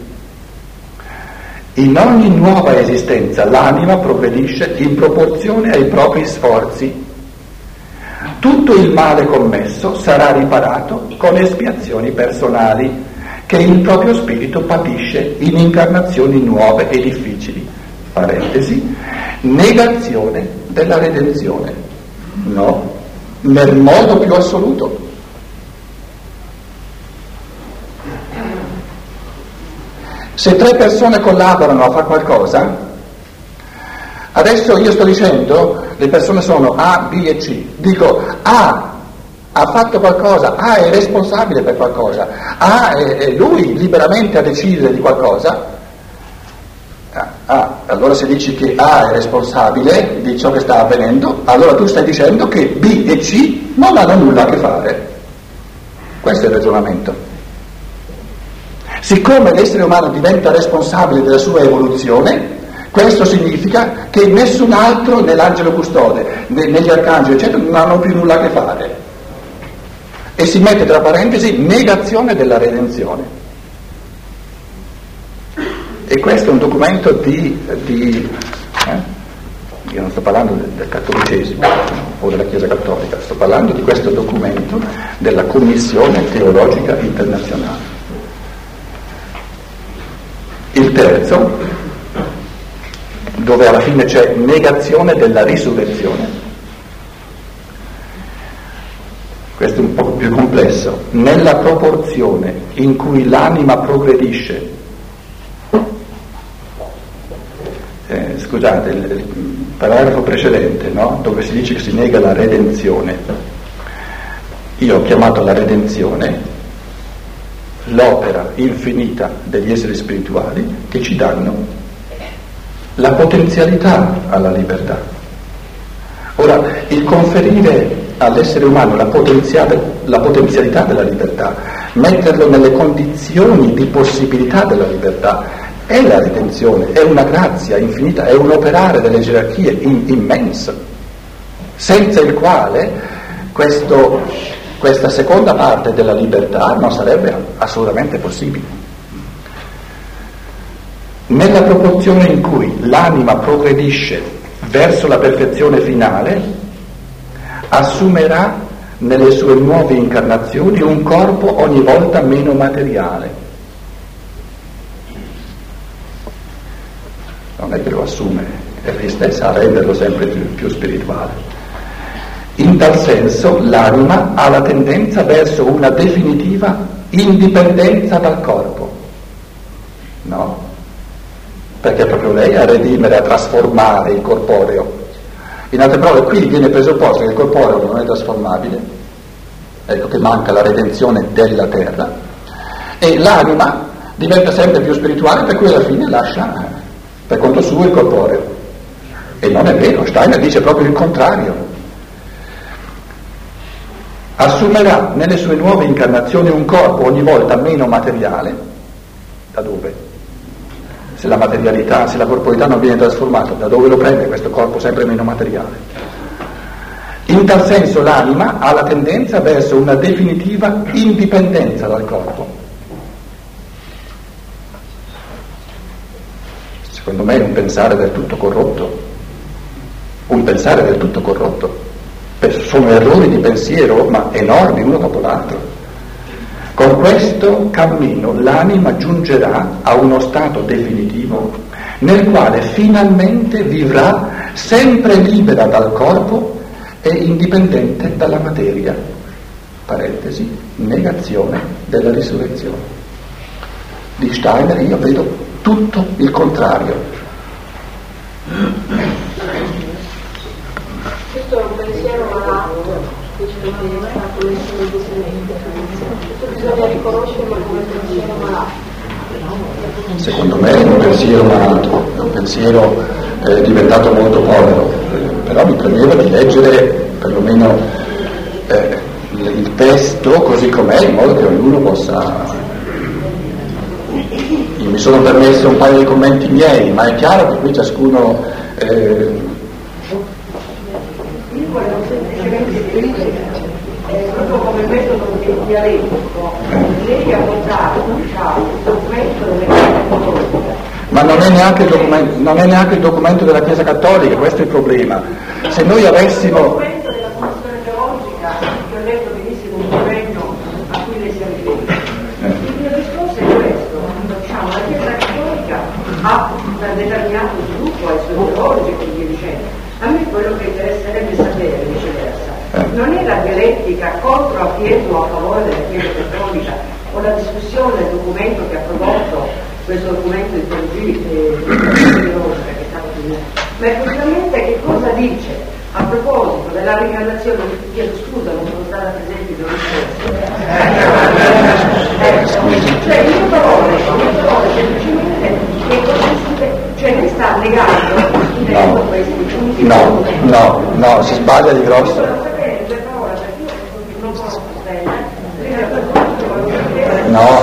In ogni nuova esistenza l'anima progredisce in proporzione ai propri sforzi. Tutto il male commesso sarà riparato con espiazioni personali, che il proprio spirito patisce in incarnazioni nuove e difficili. Parentesi, negazione della redenzione. No, nel modo più assoluto. Se tre persone collaborano a fare qualcosa, adesso io sto dicendo, le persone sono A, B e C, dico A ha fatto qualcosa, A è responsabile per qualcosa, A è, è lui liberamente a decidere di qualcosa. Ah, ah, allora se dici che A è responsabile di ciò che sta avvenendo, allora tu stai dicendo che B e C non hanno nulla a che fare. Questo è il ragionamento. Siccome l'essere umano diventa responsabile della sua evoluzione, questo significa che nessun altro, né l'angelo custode, né, né gli arcangeli, eccetera, non hanno più nulla a che fare. E si mette tra parentesi negazione della redenzione. E questo è un documento di, di Eh? Io non sto parlando del, del cattolicesimo o della Chiesa Cattolica, sto parlando di questo documento della Commissione Teologica Internazionale. Il terzo, dove alla fine c'è negazione della risurrezione. Questo è un po' più complesso. Nella proporzione in cui l'anima progredisce, eh, scusate, il, il paragrafo precedente, no? Dove si dice che si nega la redenzione, io ho chiamato la redenzione l'opera infinita degli esseri spirituali che ci danno la potenzialità alla libertà. Ora, il conferire all'essere umano la, la potenzialità della libertà, metterlo nelle condizioni di possibilità della libertà, è la redenzione, è una grazia infinita, è un operare delle gerarchie in, immenso, senza il quale questo, questa seconda parte della libertà non sarebbe assolutamente possibile. Nella proporzione in cui l'anima progredisce verso la perfezione finale, assumerà nelle sue nuove incarnazioni un corpo ogni volta meno materiale. Non è che lo assume, è lei stessa a renderlo sempre più, più spirituale. In tal senso l'anima ha la tendenza verso una definitiva indipendenza dal corpo. No? Perché è proprio lei a redimere, a trasformare il corporeo. In altre parole, qui viene presupposto che il corporeo non è trasformabile, ecco che manca la redenzione della terra, e l'anima diventa sempre più spirituale, per cui alla fine lascia per conto suo il corporeo. E non è vero, Steiner dice proprio il contrario. Assumerà nelle sue nuove incarnazioni un corpo ogni volta meno materiale. Da dove? Se la materialità, se la corporalità non viene trasformata, da dove lo prende questo corpo sempre meno materiale? In tal senso l'anima ha la tendenza verso una definitiva indipendenza dal corpo. Secondo me è un pensare del tutto corrotto, un pensare del tutto corrotto. Sono errori di pensiero, ma enormi, uno dopo l'altro. Con questo cammino l'anima giungerà a uno stato definitivo nel quale finalmente vivrà sempre libera dal corpo e indipendente dalla materia. Parentesi, negazione della risurrezione. Di Steiner io vedo tutto il contrario. Questo è un pensiero malato. Bisogna riconoscerlo come un pensiero malato. Secondo me è un pensiero malato, è un pensiero eh, diventato molto povero, eh, però mi premeva di leggere perlomeno eh, il testo così com'è, in modo che ognuno possa. Io mi sono permesso un paio di commenti miei, ma è chiaro che qui ciascuno eh, proprio come metodo dialettico, lei ha votato diciamo, il documento delle Chiese Cattoliche. Ma non è, neanche il documento, non è neanche il documento della Chiesa Cattolica, questo è il problema. Se noi avessimo... Il documento della Commissione Teologica, che ho letto benissimo un convegno a cui lei si è riferito. Il mio discorso è questo, diciamo, la Chiesa Cattolica ha un determinato sviluppo ai suoi teologi e via dicendo. A me quello che interesserebbe sapere, viceversa, non è la dialettica contro a Pietro o a favore della Chiesa Cattolica o la discussione del documento che ha prodotto questo documento di teologia che stava finendo, ma è precisamente che cosa dice a proposito della reincarnazione. Chiedo scusa, non sono stata presente in giorni scorsi. Cioè il mio parole, il mio parole semplicemente che consiste, cioè ne sta negando No, questi punti. no, no, no, si sbaglia di grosso. No,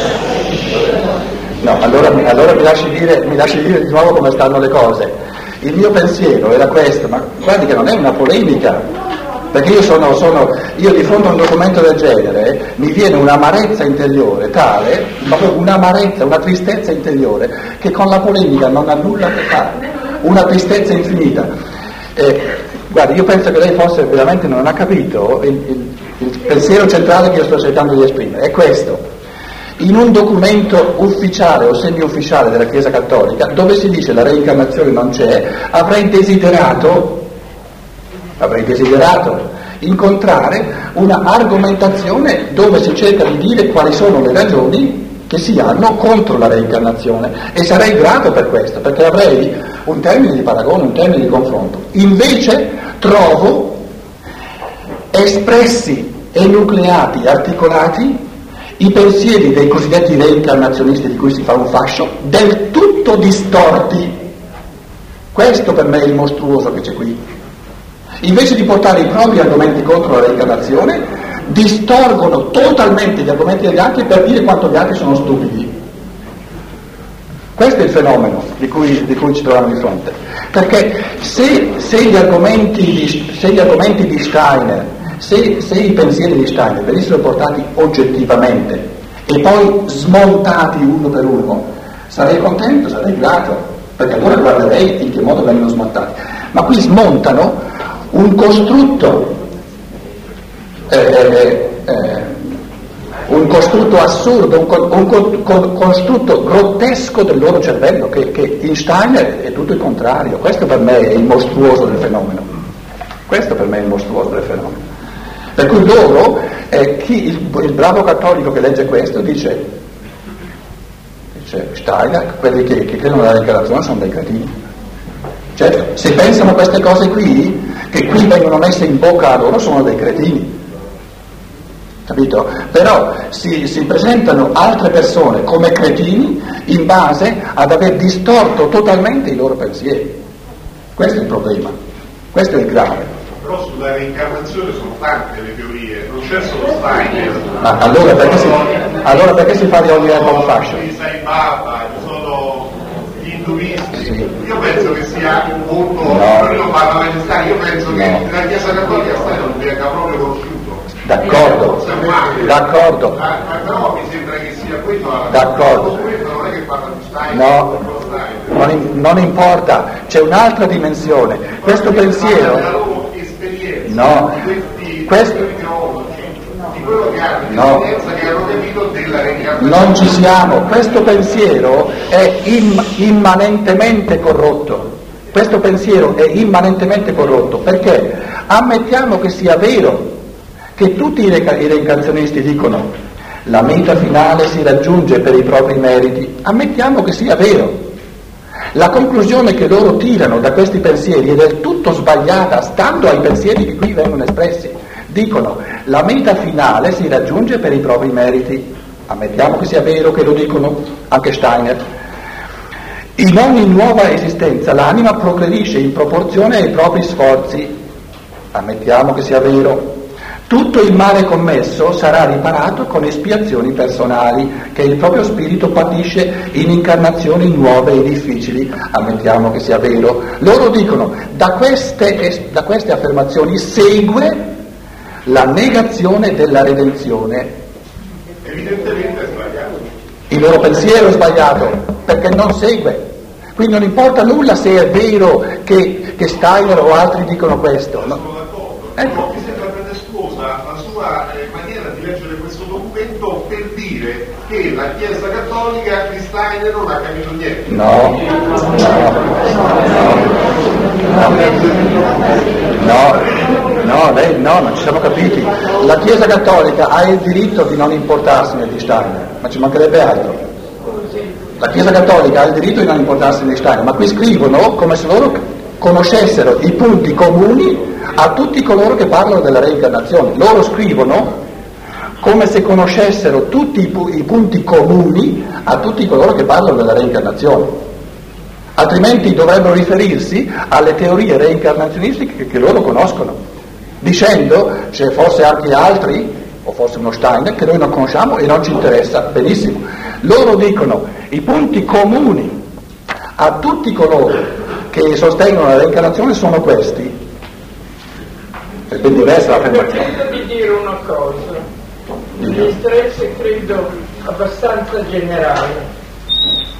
no, allora, allora mi lasci dire, mi lasci dire di nuovo come stanno le cose. Il mio pensiero era questo, ma guardi che non è una polemica, perché io sono, sono io di fronte a un documento del genere mi viene un'amarezza interiore tale, proprio un'amarezza, una tristezza interiore che con la polemica non ha nulla a che fare. una tristezza infinita. Eh, guardi, io penso che lei forse veramente non ha capito il, il, il pensiero centrale che io sto cercando di esprimere, è questo. In un documento ufficiale o semi-ufficiale della Chiesa Cattolica, dove si dice la reincarnazione non c'è, avrei desiderato, avrei desiderato incontrare una argomentazione dove si cerca di dire quali sono le ragioni che si hanno contro la reincarnazione, e sarei grato per questo, perché avrei un termine di paragone, un termine di confronto. Invece trovo espressi, enucleati, articolati i pensieri dei cosiddetti reincarnazionisti, di cui si fa un fascio, del tutto distorti. Questo per me è il mostruoso che c'è qui. Invece di portare i propri argomenti contro la reincarnazione, distorgono totalmente gli argomenti degli altri per dire quanto gli altri sono stupidi. Questo è il fenomeno di cui, di cui ci troviamo di fronte. Perché se, se, gli, argomenti di, se gli argomenti di Steiner, se, se i pensieri di Steiner venissero portati oggettivamente e poi smontati uno per uno, sarei contento, sarei grato, perché allora guarderei in che modo vengono smontati. Ma qui smontano un costrutto eh, eh, eh, un costrutto assurdo, un, un, un costrutto grottesco del loro cervello, che, che in Steiner è tutto il contrario. Questo per me è il mostruoso del fenomeno. Questo per me è il mostruoso del fenomeno. Per cui loro, eh, chi, il, il bravo cattolico che legge questo dice, dice Steiner, quelli che, che credono nella reincarnazione sono dei cretini. Certo, se pensano a queste cose qui, che qui vengono messe in bocca a loro, sono dei cretini. Capito? Però si, si presentano altre persone come cretini in base ad aver distorto totalmente i loro pensieri. Questo è il problema, questo è il grave. Però sulla reincarnazione sono tante le teorie, non c'è solo Steiner. Ma allora perché si, allora perché si fa di ogni erba un fascio? Ci sono i Baba, ci sono gli induisti. Sì. Io penso che sia molto, no. io parlo di Steiner, io penso no. che la Chiesa Cattolica Steiner non venga proprio conosciuto. D'accordo, d'accordo. Ma, ma però mi sembra che sia questo. D'accordo. Non è che parla di Steiner. No, non, non importa, c'è un'altra dimensione. Questo pensiero. La loro esperienza, no, di questi, questo, questi teologi, di quello che hanno, di no, esperienza che hanno capito della reincarnazione. non ci siamo. Questo pensiero è im, immanentemente corrotto. Questo pensiero è immanentemente corrotto perché ammettiamo che sia vero che tutti i reincarnazionisti dicono la meta finale si raggiunge per i propri meriti. Ammettiamo che sia vero. La conclusione che loro tirano da questi pensieri è del tutto sbagliata, stando ai pensieri che qui vengono espressi. Dicono la meta finale si raggiunge per i propri meriti. Ammettiamo che sia vero, che lo dicono anche Steiner. In ogni nuova esistenza l'anima progredisce in proporzione ai propri sforzi. Ammettiamo che sia vero. Tutto il male commesso sarà riparato con espiazioni personali che il proprio spirito patisce in incarnazioni nuove e difficili. Ammettiamo che sia vero. Loro dicono, da queste, da queste affermazioni segue la negazione della redenzione. Evidentemente è sbagliato. Il loro pensiero è sbagliato, perché non segue. Quindi non importa nulla se è vero che, che Steiner o altri dicono questo. No? Sono d'accordo. Ecco. Mi sembra pretestuosa la sua eh, maniera di leggere questo documento per dire che la Chiesa Cattolica di Steiner non ha capito niente. No, no, no, no, lei, no, non ci siamo capiti. La Chiesa Cattolica ha il diritto di non importarsene di Steiner, ma ci mancherebbe altro. La Chiesa Cattolica ha il diritto di non importarsene di Steiner, ma qui scrivono come se loro conoscessero i punti comuni a tutti coloro che parlano della reincarnazione. Loro scrivono come se conoscessero tutti i, pu- i punti comuni a tutti coloro che parlano della reincarnazione. Altrimenti dovrebbero riferirsi alle teorie reincarnazionistiche che, che loro conoscono, dicendo c'è forse anche altri, o forse uno Steiner, che noi non conosciamo e non ci interessa. Benissimo. Loro dicono i punti comuni a tutti coloro che sostengono la reincarnazione sono questi. È ben diversa l'affermazione. Cerco di dire una cosa, il stress credo abbastanza generale.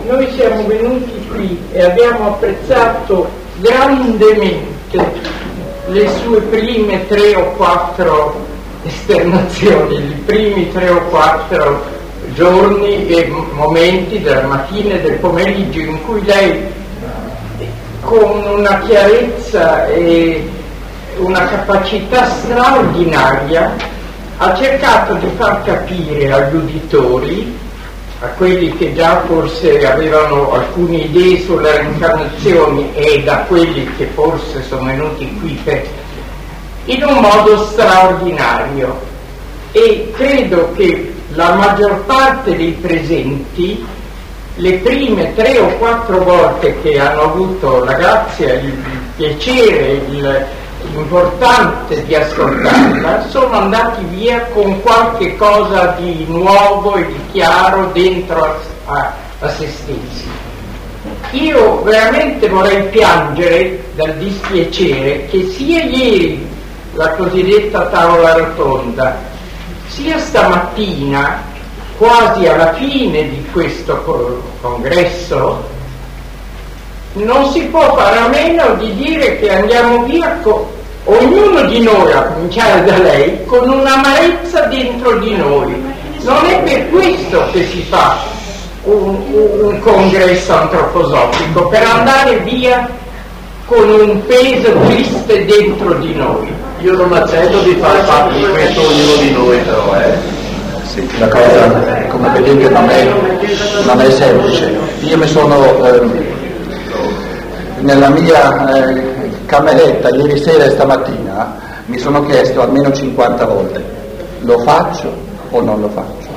noi siamo venuti qui e abbiamo apprezzato grandemente le sue prime tre o quattro esternazioni, i primi tre o quattro giorni e momenti della mattina e del pomeriggio in cui lei, con una chiarezza e una capacità straordinaria, ha cercato di far capire agli uditori, a quelli che già forse avevano alcune idee sulle reincarnazioni e da quelli che forse sono venuti qui per, in un modo straordinario. E credo che la maggior parte dei presenti, le prime tre o quattro volte che hanno avuto la grazia, il piacere, il, l'importante di ascoltarla, sono andati via con qualche cosa di nuovo e di chiaro dentro a, a, a se stessi. Io veramente vorrei piangere dal dispiacere che sia ieri la cosiddetta tavola rotonda, sia stamattina, quasi alla fine di questo congresso, non si può fare a meno di dire che andiamo via, con, ognuno di noi, a cominciare da lei, con un'amarezza dentro di noi. Non è per questo che si fa un, un congresso antroposofico, per andare via con un peso triste dentro di noi. Io non accetto di fare parte di questo ognuno di noi, però, eh. Sì, la cosa, come vedete, non è, non è semplice. Io mi sono... Ehm, nella mia eh, cameretta ieri sera e stamattina mi sono chiesto almeno cinquanta volte: lo faccio o non lo faccio?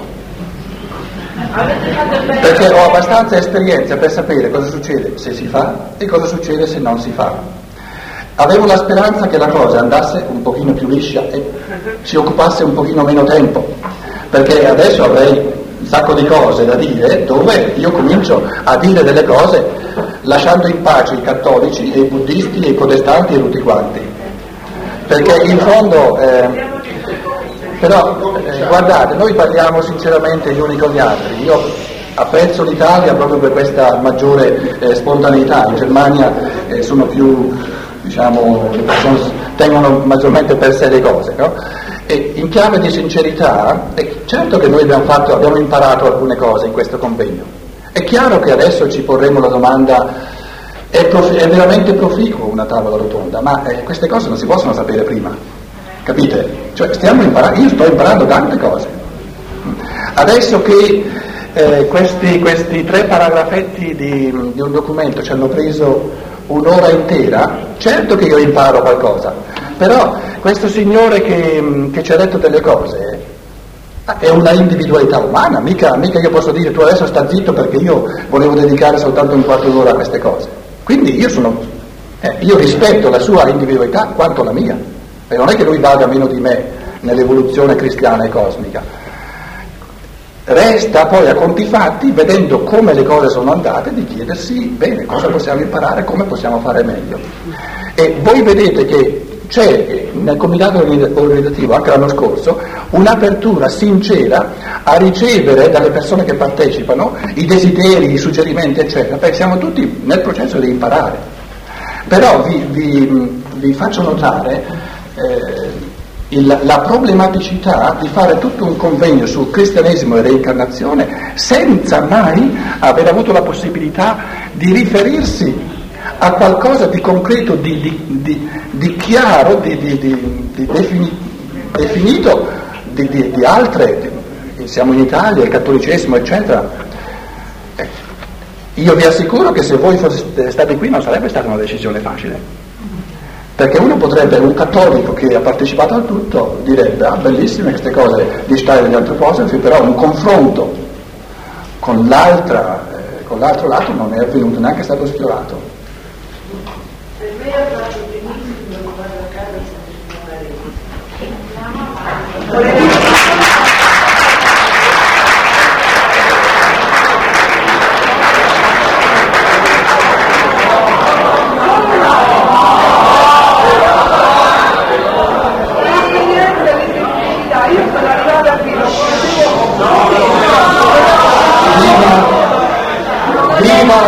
Perché ho abbastanza esperienza per sapere cosa succede se si fa e cosa succede se non si fa. Avevo la speranza che la cosa andasse un pochino più liscia e ci occupasse un pochino meno tempo, perché adesso avrei un sacco di cose da dire dove io comincio a dire delle cose lasciando in pace i cattolici e i buddisti e i protestanti e tutti quanti, perché in fondo eh, però eh, guardate, noi parliamo sinceramente gli uni con gli altri. Io apprezzo l'Italia proprio per questa maggiore eh, spontaneità. In Germania eh, sono più, diciamo, le persone tengono maggiormente per sé le cose, no? E in chiave di sincerità, è certo che noi abbiamo fatto, abbiamo imparato alcune cose in questo convegno. È chiaro che adesso ci porremo la domanda: è, prof- è veramente proficuo una tavola rotonda? Ma eh, queste cose non si possono sapere prima, capite? Cioè stiamo imparando, io sto imparando tante cose. Adesso che eh, questi, questi tre paragrafetti di, di un documento ci hanno preso un'ora intera, certo che io imparo qualcosa, però questo signore che, che ci ha detto delle cose è una individualità umana, mica, mica io posso dire tu adesso sta zitto perché io volevo dedicare soltanto un quarto d'ora a queste cose. Quindi io sono eh, io rispetto la sua individualità quanto la mia, e non è che lui valga meno di me nell'evoluzione cristiana e cosmica. Resta poi a conti fatti, vedendo come le cose sono andate, di chiedersi bene cosa possiamo imparare, come possiamo fare meglio. E voi vedete che c'è nel comitato organizzativo anche l'anno scorso un'apertura sincera a ricevere dalle persone che partecipano i desideri, i suggerimenti eccetera, perché siamo tutti nel processo di imparare. Però vi, vi, vi faccio notare eh, il, la problematicità di fare tutto un convegno su cristianesimo e reincarnazione senza mai aver avuto la possibilità di riferirsi a qualcosa di concreto, di, di, di, di chiaro, di, di, di, di defini, definito di, di, di altre, di, siamo in Italia, il cattolicesimo eccetera. Eh, io vi assicuro che se voi foste stati qui non sarebbe stata una decisione facile, perché uno potrebbe, un cattolico che ha partecipato a tutto direbbe: ah, bellissime queste cose di stare degli antroposofi, però un confronto con l'altra, eh, con l'altro lato non è avvenuto, neanche è stato sfiorato. Per me ha fatto benissimo quando a casa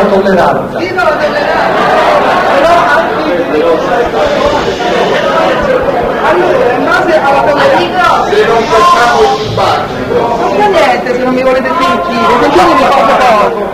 la tolleranza. Viva la tolleranza! Però allora, in base alla tolleranza, Se non facciamo il dibattito. non fa niente se non mi volete sentire, sentitemi poco poco.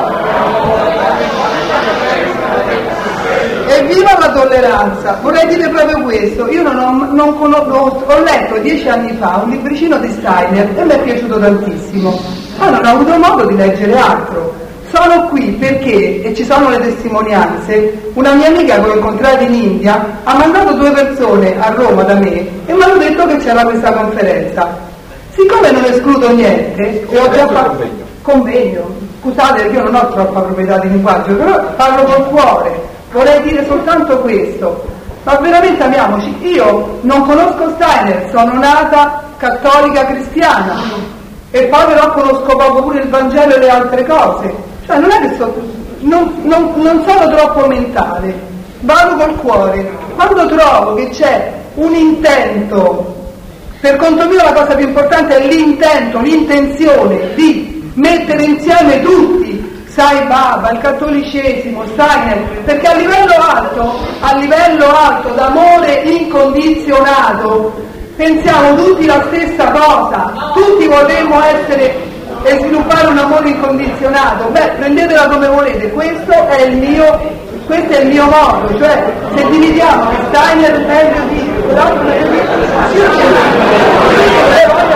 Evviva la tolleranza! Vorrei dire proprio questo. Io non ho, non conosco, ho letto dieci anni fa un libricino di Steiner e mi è piaciuto tantissimo, ma non ho avuto modo di leggere altro. Sono qui perché, e ci sono le testimonianze, una mia amica che ho incontrato in India ha mandato due persone a Roma da me e mi hanno detto che c'era questa conferenza. Siccome non escludo niente, e ho già fatto convegno, scusate perché io non ho troppa proprietà di linguaggio, però parlo col cuore. Vorrei dire soltanto questo, ma veramente amiamoci. Io non conosco Steiner, sono nata cattolica cristiana e poi però conosco poco pure il Vangelo e le altre cose. Cioè non è che so, non, non, non sono troppo mentale, vado col cuore. Quando trovo che c'è un intento, per conto mio la cosa più importante è l'intento, l'intenzione di mettere insieme tutti, Sai Baba, il cattolicesimo, Steiner, perché a livello alto, a livello alto d'amore incondizionato, pensiamo tutti la stessa cosa, tutti vorremmo essere e sviluppare un amore incondizionato. Beh, prendetela come volete, questo è il mio, questo è il mio modo, cioè se dividiamo che Steiner è meglio di l'altro è meglio di